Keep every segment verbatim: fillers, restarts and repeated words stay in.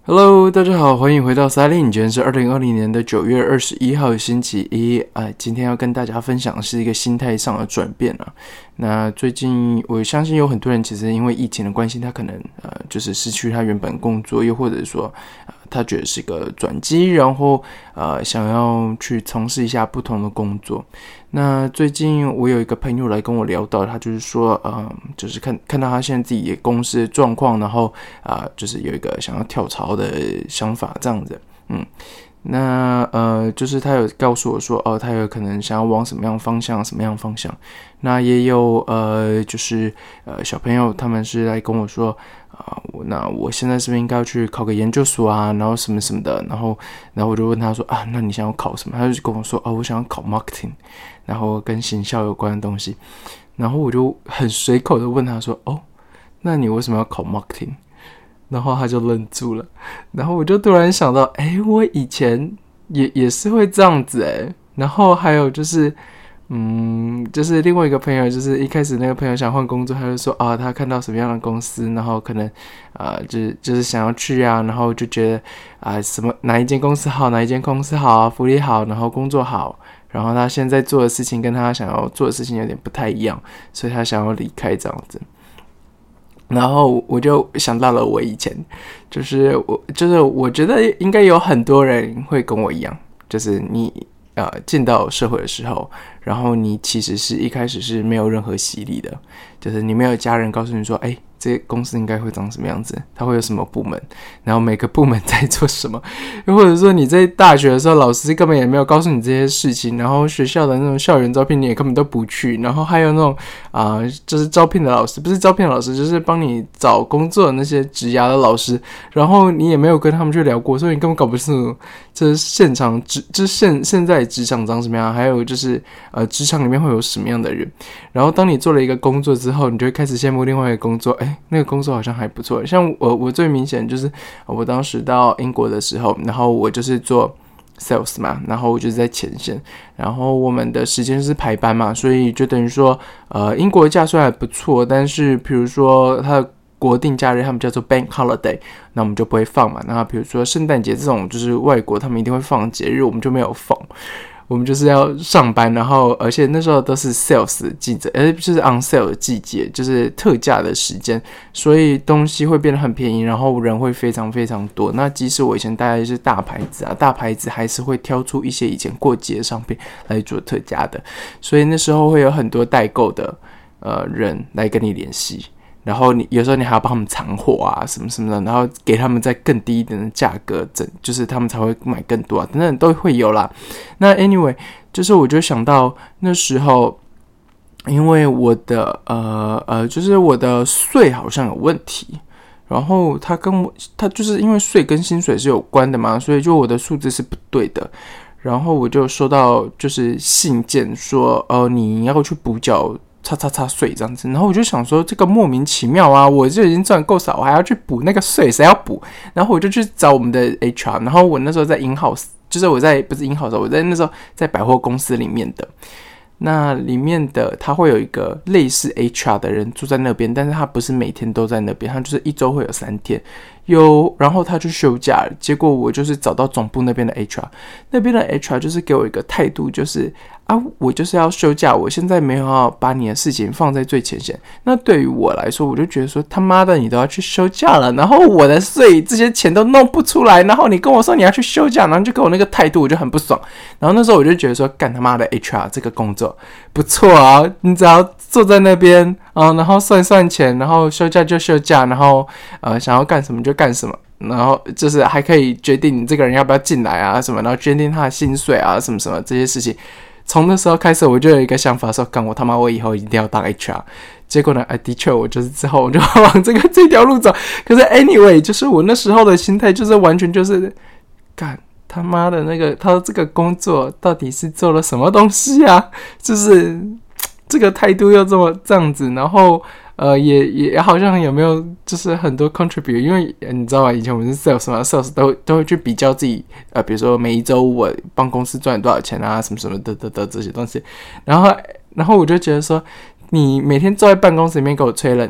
Hello， 大家好，欢迎回到塞林。今天是二零二零年的九月二十一号，星期一。呃，今天要跟大家分享的是一个心态上的转变啊。那最近我相信有很多人其实因为疫情的关系，他可能呃就是失去他原本工作，又或者说、呃、他觉得是个转机，然后呃想要去从事一下不同的工作。那最近我有一个朋友来跟我聊到，他就是说，嗯，就是看看到他现在自己的公司的状况，然后啊、呃，就是有一个想要跳槽的想法这样子，嗯，那呃，就是他有告诉我说，哦，他有可能想要往什么样方向，什么样方向。那也有呃，就是呃小朋友他们是来跟我说。啊，那我现在是不是应该要去考个研究所啊？然后什么什么的，然后，然后我就问他说啊，那你想要考什么？他就跟我说，哦，我想要考 marketing， 然后跟行销有关的东西。然后我就很随口的问他说，哦，那你为什么要考 marketing？ 然后他就愣住了。然后我就突然想到，哎，我以前也也是会这样子哎。然后还有就是。嗯，就是另外一个朋友，就是一开始那个朋友想换工作，他就说啊，他看到什么样的公司，然后可能啊、呃，就是就是想要去啊，然后就觉得啊、呃，什么哪一间公司好，哪一间公司好，福利好，然后工作好，然后他现在做的事情跟他想要做的事情有点不太一样，所以他想要离开这样子。然后我就想到了我以前，就是我就是我觉得应该有很多人会跟我一样，就是你。呃，进到社会的时候，然后你其实是一开始是没有任何洗礼的，就是你没有家人告诉你说，哎，这个公司应该会长什么样子，它会有什么部门，然后每个部门在做什么，又或者说你在大学的时候，老师根本也没有告诉你这些事情，然后学校的那种校园招聘你也根本都不去，然后还有那种啊、呃，就是招聘的老师，不是招聘的老师，就是帮你找工作的那些职涯的老师，然后你也没有跟他们去聊过，所以你根本搞不清楚这现场职，就是现现在职场长什么样，还有就是呃职场里面会有什么样的人。然后当你做了一个工作之后，你就会开始羡慕另外一个工作，哎，那个工作好像还不错。像我我最明显就是我当时到英国的时候，然后我就是做 sales 嘛，然后我就是在前线，然后我们的时间是排班嘛，所以就等于说呃英国的假虽然还不错，但是比如说它的国定假日他们叫做 bank holiday， 那我们就不会放嘛。那比如说圣诞节这种就是外国他们一定会放的节日，我们就没有放，我们就是要上班，然后而且那时候都是 sales 的季节，呃，就是 on sale 的季节，就是特价的时间，所以东西会变得很便宜，然后人会非常非常多。那即使我以前大概是大牌子啊，大牌子还是会挑出一些以前过节的商品来做特价的，所以那时候会有很多代购的呃人来跟你联系。然后你有时候你还要帮他们藏货啊，什么什么的，然后给他们再更低一点的价格，就是他们才会买更多啊，等等都会有啦。那 anyway， 就是我就想到那时候，因为我的呃呃，就是我的税好像有问题，然后他跟我他就是因为税跟薪水是有关的嘛，所以就我的数字是不对的。然后我就收到就是信件说，呃，你要去补缴。叉叉叉税这样子，然后我就想说这个莫名其妙啊，我就已经赚够少，我还要去补那个税，谁要补？然后我就去找我们的 H R， 然后我那时候在 in-house， 就是我在不是 in-house， 我在那时候在百货公司里面的，那里面的他会有一个类似 H R 的人住在那边，但是他不是每天都在那边，他就是一周会有三天。有，然后他去休假了，结果我就是找到总部那边的 H R， 那边的 H R 就是给我一个态度，就是啊，我就是要休假，我现在没有要把你的事情放在最前线。那对于我来说，我就觉得说他妈的，你都要去休假了，然后我的税这些钱都弄不出来，然后你跟我说你要去休假，然后就给我那个态度，我就很不爽。然后那时候我就觉得说，干他妈的 H R 这个工作不错啊，你只要坐在那边啊，然后算算钱，然后休假就休假，然后呃想要干什么就干什么，然后就是还可以决定你这个人要不要进来啊什么，然后决定他的薪水啊什么什么这些事情。从那时候开始，我就有一个想法说，干我他妈我以后一定要当 H R。结果呢，哎，的确我就是之后我就往这个这条路走。可是 anyway， 就是我那时候的心态就是完全就是干。他妈的那个，他这个工作到底是做了什么东西啊？就是这个态度又这么这样子，然后呃，也也好像有没有就是很多 contribute， 因为你知道吗？以前我们是 sales 嘛 ，sales 都都会去比较自己，呃，比如说每一周我帮公司赚了多少钱啊，什么什么的的的这些东西，然后然后我就觉得说。你每天坐在办公室里面给我吹冷气，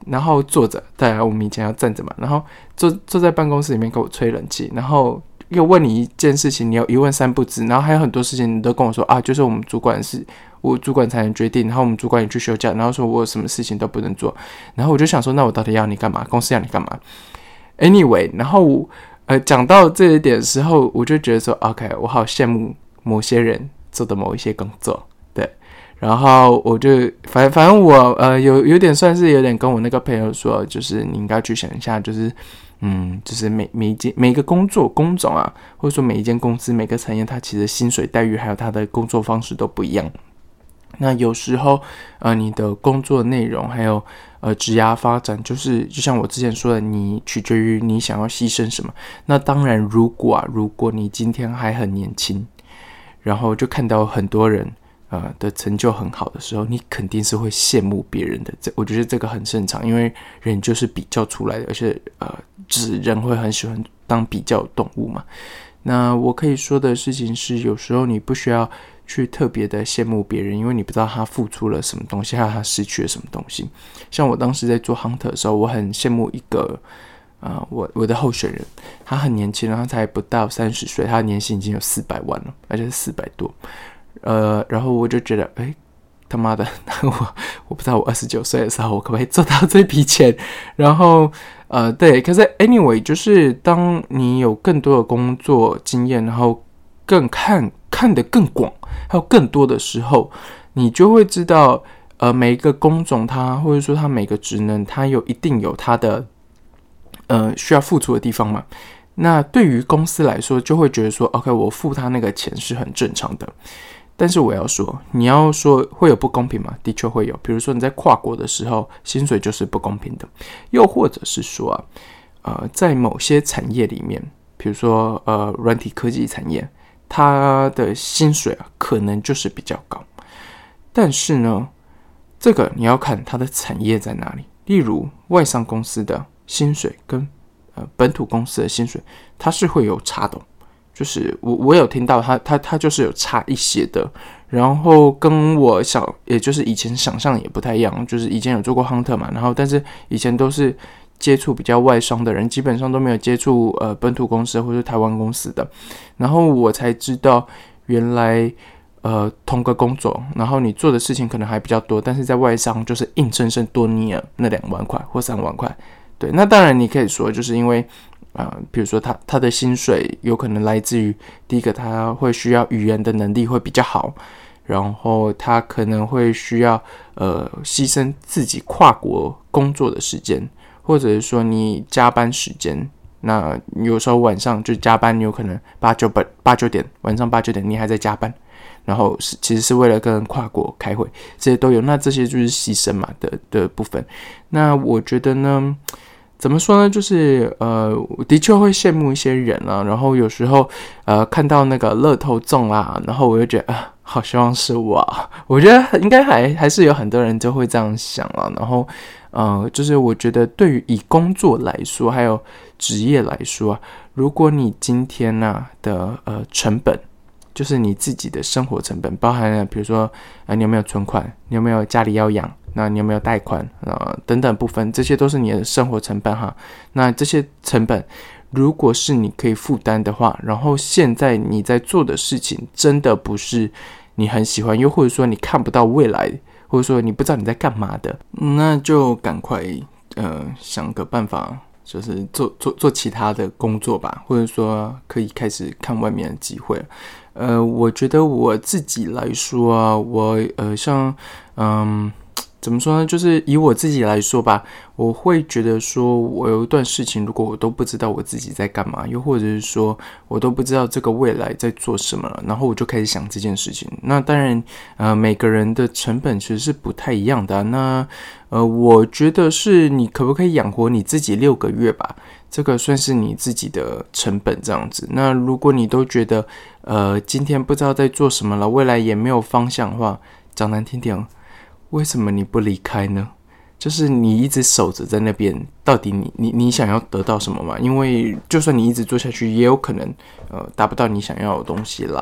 然后坐着，当然我们以前要站着嘛，然后坐坐在办公室里面给我吹冷气，然后又问你一件事情，你有一问三不知，然后还有很多事情你都跟我说啊，就是我们主管是我主管才能决定，然后我们主管也去休假，然后说我有什么事情都不能做，然后我就想说，那我到底要你干嘛？公司要你干嘛 ？Anyway， 然后呃讲到这一点的时候，我就觉得说 ，OK， 我好羡慕某些人做的某一些工作，对。然后我就反反正我呃有有点算是有点跟我那个朋友说，就是你应该去想一下，就是嗯，就是每每一件每一个工作工种啊，或者说每一间公司每个产业，它其实薪水待遇还有它的工作方式都不一样。那有时候呃你的工作内容还有呃职涯发展，就是就像我之前说的，你取决于你想要牺牲什么。那当然，如果啊如果你今天还很年轻，然后就看到很多人。呃的成就很好的时候，你肯定是会羡慕别人的。这我觉得这个很正常，因为人就是比较出来的，而且呃，就是人会很喜欢当比较动物嘛。那我可以说的事情是，有时候你不需要去特别的羡慕别人，因为你不知道他付出了什么东西，还有他失去了什么东西。像我当时在做 Hunter 的时候，我很羡慕一个呃，我我的候选人，他很年轻，他才不到三十岁，他的年薪已经有四百万了，而且是四百多。呃，然后我就觉得，哎，他妈的，我我不知道我二十九岁的时候，我可不可以做到这笔钱？然后，呃，对，可是 anyway， 就是当你有更多的工作经验，然后更看看得更广，还有更多的时候，你就会知道，呃，每一个工种它或者说它每个职能，它有一定有它的呃需要付出的地方嘛。那对于公司来说，就会觉得说 ，OK， 我付他那个钱是很正常的。但是我要说，你要说会有不公平吗？的确会有。比如说你在跨国的时候，薪水就是不公平的。又或者是说啊，呃，在某些产业里面，比如说呃软体科技产业，它的薪水啊可能就是比较高。但是呢，这个你要看它的产业在哪里。例如外商公司的薪水跟呃本土公司的薪水，它是会有差的。就是我我有听到他他他就是有差一些的，然后跟我想也就是以前想象也不太一样，就是以前有做过 Hunter 嘛，然后但是以前都是接触比较外商的人，基本上都没有接触呃本土公司或者台湾公司的，然后我才知道原来呃同个工作，然后你做的事情可能还比较多，但是在外商就是硬生生多你了那两万块或三万块，对，那当然你可以说就是因为。呃，比如说他他的薪水有可能来自于第一个，他会需要语言的能力会比较好，然后他可能会需要呃牺牲自己跨国工作的时间，或者是说你加班时间，那有时候晚上就加班，你有可能八九八八九点晚上八九点你还在加班，然后是其实是为了跟人跨国开会，这些都有，那这些就是牺牲嘛的的部分。那我觉得呢。怎么说呢？就是呃，我的确会羡慕一些人啊，然后有时候呃看到那个乐透中啊，然后我就觉得啊、呃，好希望是我、啊。我觉得应该还还是有很多人就会这样想啊。然后呃，就是我觉得对于以工作来说，还有职业来说啊，如果你今天啊的呃成本，就是你自己的生活成本，包含了比如说呃你有没有存款，你有没有家里要养。那你有没有贷款啊、呃？等等部分，这些都是你的生活成本哈。那这些成本，如果是你可以负担的话，然后现在你在做的事情真的不是你很喜欢，又或者说你看不到未来，或者说你不知道你在干嘛的，那就赶快呃想个办法，就是做做做其他的工作吧，或者说可以开始看外面的机会。呃，我觉得我自己来说啊，我呃像嗯。怎么说呢？就是以我自己来说吧，我会觉得说，我有一段事情，如果我都不知道我自己在干嘛，又或者是说我都不知道这个未来在做什么了，然后我就开始想这件事情。那当然，呃，每个人的成本其实是不太一样的、啊。那呃，我觉得是你可不可以养活你自己六个月吧？这个算是你自己的成本这样子。那如果你都觉得，呃，今天不知道在做什么了，未来也没有方向的话，讲难听点。为什么你不离开呢？就是你一直守着在那边，到底你你你想要得到什么嘛？因为就算你一直做下去，也有可能呃达不到你想要的东西啦。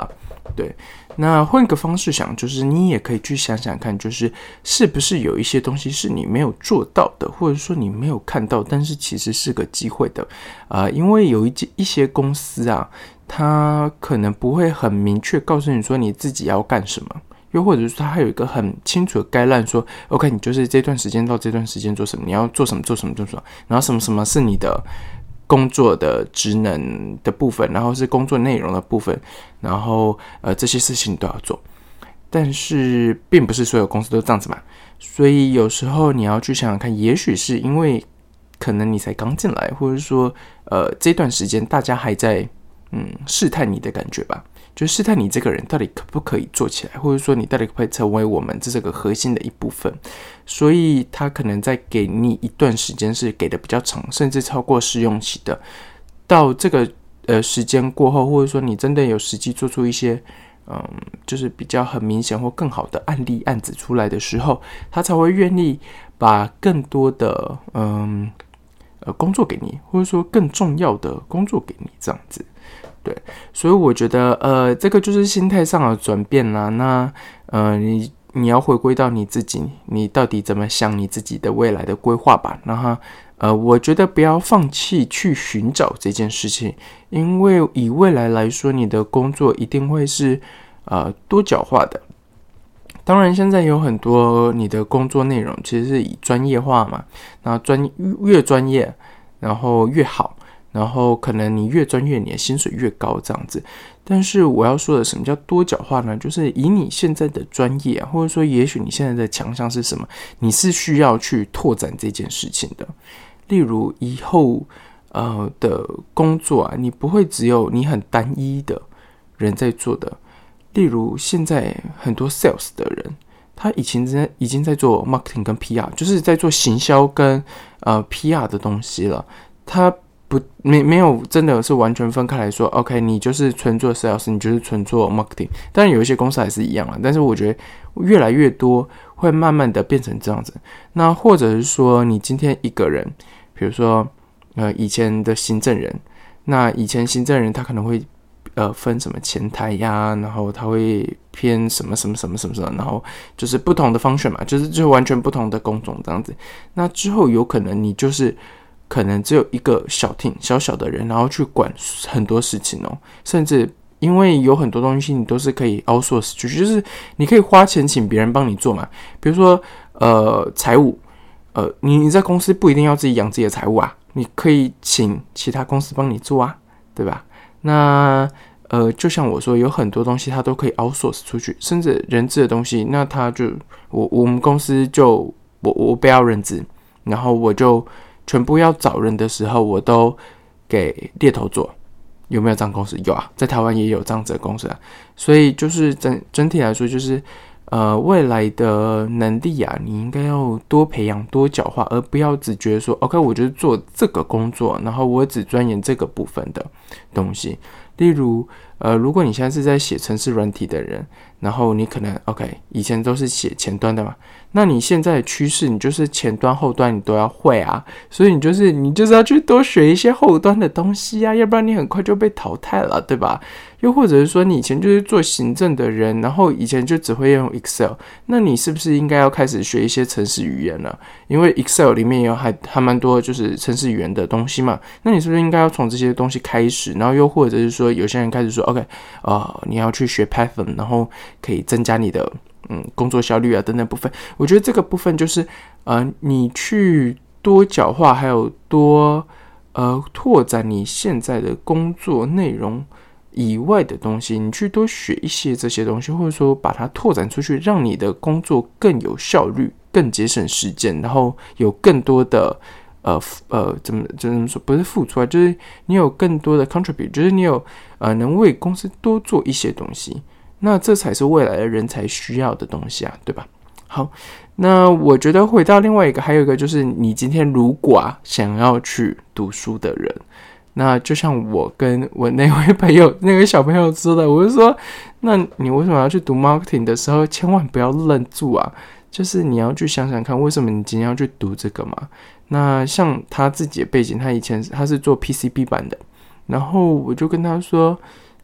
对，那换个方式想，就是你也可以去想想看，就是是不是有一些东西是你没有做到的，或者说你没有看到，但是其实是个机会的。呃，因为有一一些公司啊，它可能不会很明确告诉你说你自己要干什么。又或者是它还有一个很清楚的概览说 OK 你就是这段时间到这段时间做什么，你要做什么做什么做什么，然后什么什么是你的工作的职能的部分，然后是工作内容的部分，然后呃这些事情你都要做。但是并不是所有公司都这样子嘛，所以有时候你要去想想看，也许是因为可能你才刚进来，或者说呃这段时间大家还在嗯试探你的感觉吧，就试探你这个人到底可不可以做起来，或者说你到底可不可以成为我们这个核心的一部分。所以他可能在给你一段时间是给的比较长，甚至超过试用期的。到这个呃时间过后，或者说你真的有实际做出一些嗯就是比较很明显或更好的案例案子出来的时候，他才会愿意把更多的嗯呃工作给你，或者说更重要的工作给你这样子。对，所以我觉得，呃，这个就是心态上的转变啦。那，呃，你你要回归到你自己，你到底怎么想你自己的未来的规划吧。然后，呃，我觉得不要放弃去寻找这件事情，因为以未来来说，你的工作一定会是呃多角化的。当然，现在有很多你的工作内容其实是以专业化嘛，那专越专业，然后越好。然后可能你越专业，你的薪水越高这样子。但是我要说的什么叫多角化呢？就是以你现在的专业啊，或者说也许你现在的强项是什么，你是需要去拓展这件事情的。例如以后呃的工作啊，你不会只有你很单一的人在做的。例如现在很多 sales 的人，他以前在已经在做 marketing 跟 P R， 就是在做行销跟呃 P R 的东西了。他不没没有真的是完全分开来说 ，OK， 你就是纯做 sales， 你就是纯做 marketing。当然有一些公司还是一样啦，但是我觉得越来越多会慢慢的变成这样子。那或者是说，你今天一个人，比如说呃以前的行政人，那以前行政人他可能会呃分什么前台呀，然后他会偏什么什么什么什么什么，然后就是不同的function嘛，就是就完全不同的工种这样子。那之后有可能你就是可能只有一个小 team 小小的人，然后去管很多事情哦，甚至因为有很多东西你都是可以 outsource 出去，就是你可以花钱请别人帮你做嘛。比如说呃财务，呃你你在公司不一定要自己养自己的财务啊，你可以请其他公司帮你做啊，对吧？那呃就像我说，有很多东西它都可以 outsource 出去，甚至人资的东西，那他就我我们公司就我我不要人资，然后我就全部要找人的时候，我都给猎头做。有没有这样公司？有啊，在台湾也有这样子的公司啊。所以就是整整体来说，就是呃未来的能力啊，你应该要多培养、多角化，而不要只觉得说 ，OK， 我就是做这个工作，然后我只钻研这个部分的东西。例如，呃，如果你现在是在写程式软体的人，然后你可能 OK， 以前都是写前端的嘛，那你现在的趋势，你就是前端、后端你都要会啊，所以你就是你就是要去多学一些后端的东西啊，要不然你很快就被淘汰了，对吧？又或者是说，你以前就是做行政的人，然后以前就只会用 Excel， 那你是不是应该要开始学一些程式语言了？因为 Excel 里面有还还蛮多就是程式语言的东西嘛，那你是不是应该要从这些东西开始？然后又或者是说，有些人开始说 ，OK， 呃，你要去学 Python， 然后可以增加你的嗯工作效率啊等等部分。我觉得这个部分就是呃，你去多角化，还有多呃拓展你现在的工作内容以外的东西，你去多学一些这些东西，或者说把它拓展出去，让你的工作更有效率、更节省时间，然后有更多的呃呃怎么怎么说，不是付出啊，就是你有更多的 contribute， 就是你有呃能为公司多做一些东西，那这才是未来的人才需要的东西啊，对吧？好，那我觉得回到另外一个，还有一个就是你今天如果啊想要去读书的人。那就像我跟我那位朋友、那位小朋友说的，我就说，那你为什么要去读 marketing 的时候，千万不要愣住啊！就是你要去想想看，为什么你今天要去读这个嘛？那像他自己的背景，他以前他是做 P C B 版的，然后我就跟他说，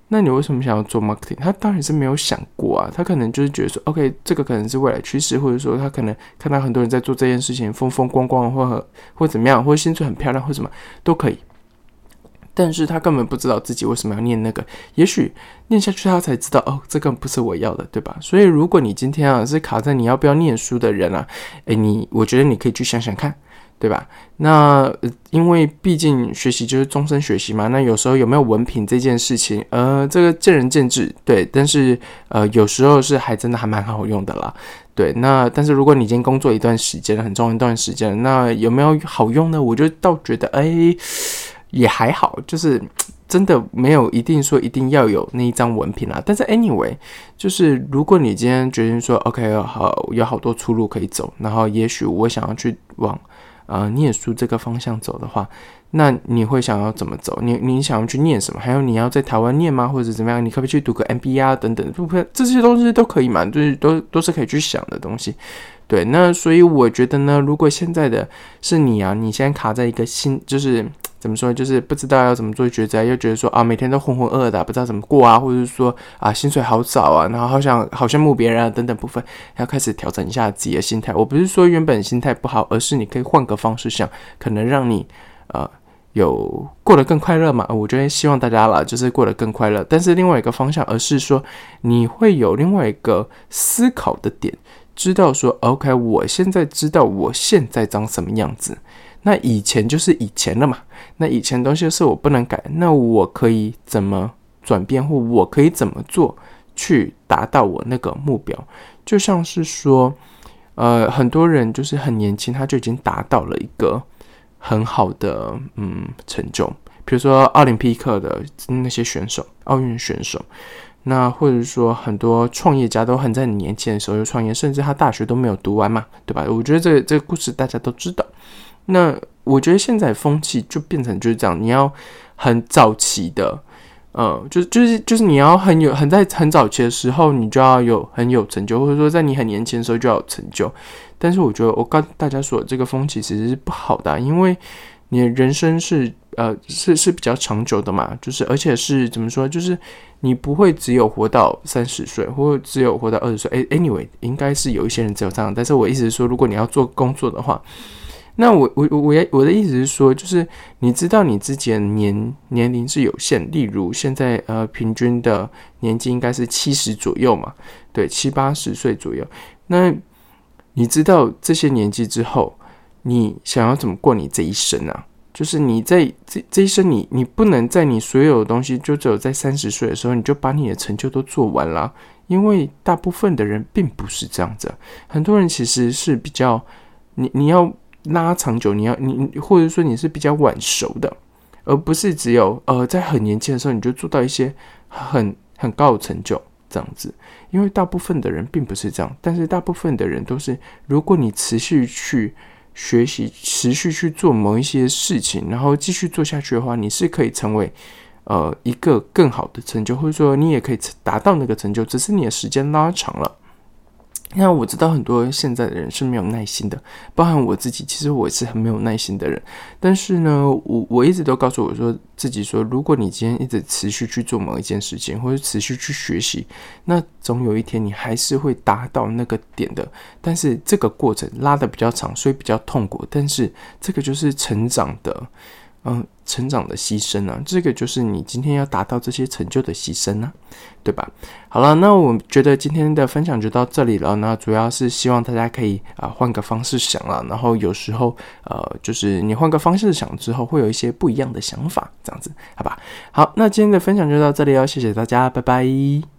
那你为什么想要做 marketing？ 他当然是没有想过啊，他可能就是觉得说 OK 这个可能是未来趋势，或者说他可能看到很多人在做这件事情风风光光或或怎么样，或者薪水很漂亮或什么都可以，但是他根本不知道自己为什么要念那个，也许念下去他才知道哦，这个不是我要的，对吧？所以如果你今天啊是卡在你要不要念书的人啊，诶你我觉得你可以去想想看，对吧？那、呃、因为毕竟学习就是终身学习嘛，那有时候有没有文凭这件事情，呃，这个见仁见智，对，但是呃，有时候是还真的还蛮好用的啦，对。那但是如果你已经工作一段时间，很长一段时间，那有没有好用呢？我就倒觉得，哎，也还好，就是真的没有一定说一定要有那一张文凭啦。但是 anyway， 就是如果你今天决定说 ，OK， 好，有好多出路可以走，然后也许我想要去往呃，念书这个方向走的话，那你会想要怎么走？你你想要去念什么？还有你要在台湾念吗？或者怎么样？你可不可以去读个 M B A 啊等等？这些东西都可以嘛，就是都都是可以去想的东西。对，那所以我觉得呢，如果现在的是你啊，你现在卡在一个新，就是怎么说，就是不知道要怎么做抉择，又觉得说啊，每天都浑浑噩噩的、啊，不知道怎么过啊，或者是说啊，薪水好少啊，然后好想好羡慕别人啊，等等部分，要开始调整一下自己的心态。我不是说原本心态不好，而是你可以换个方式想，可能让你呃有过得更快乐嘛。我觉得希望大家啦，就是过得更快乐。但是另外一个方向，而是说你会有另外一个思考的点，知道说 ，OK， 我现在知道我现在长什么样子。那以前就是以前了嘛，那以前东西是我不能改，那我可以怎么转变，或我可以怎么做去达到我那个目标？就像是说，呃，很多人就是很年轻，他就已经达到了一个很好的嗯成就，比如说奥林匹克的那些选手、奥运选手。那或者说很多创业家都很在年轻的时候就创业，甚至他大学都没有读完嘛，对吧？我觉得这个这个故事大家都知道。那我觉得现在风气就变成就是这样，你要很早期的，呃，就就是就是你要很有很在很早期的时候，你就要有很有成就，或者说在你很年轻的时候就要有成就。但是我觉得我跟大家说，这个风气其实是不好的、啊，因为你的人生是呃是是比较长久的嘛，就是而且是怎么说，就是你不会只有活到三十岁，或者只有活到二十岁。哎 ，anyway， 应该是有一些人只有这样，但是我意思是说，如果你要做工作的话。那我我我我的意思是说，就是你知道你自己的年年龄是有限，例如现在呃平均的年纪应该是七十左右嘛，对，七八十岁左右。那你知道这些年纪之后，你想要怎么过你这一生啊？就是你在这这一生你，你不能在你所有的东西就只有在三十岁的时候，你就把你的成就都做完了，因为大部分的人并不是这样子，很多人其实是比较你你要。拉长久，你要你或者说你是比较晚熟的，而不是只有呃在很年轻的时候你就做到一些很很高的成就这样子。因为大部分的人并不是这样，但是大部分的人都是，如果你持续去学习，持续去做某一些事情，然后继续做下去的话，你是可以成为呃一个更好的成就，或者说你也可以达到那个成就，只是你的时间拉长了。那我知道很多现在的人是没有耐心的，包含我自己，其实我也是很没有耐心的人。但是呢，我我一直都告诉我说自己说，如果你今天一直持续去做某一件事情，或者持续去学习，那总有一天你还是会达到那个点的。但是这个过程拉得比较长，所以比较痛苦。但是这个就是成长的。嗯，成长的牺牲啊，这个就是你今天要达到这些成就的牺牲啊，对吧？好了，那我觉得今天的分享就到这里了。那主要是希望大家可以啊换个方式想啦，然后有时候呃，就是你换个方式想之后，会有一些不一样的想法，这样子，好吧？好，那今天的分享就到这里哦，谢谢大家，拜拜。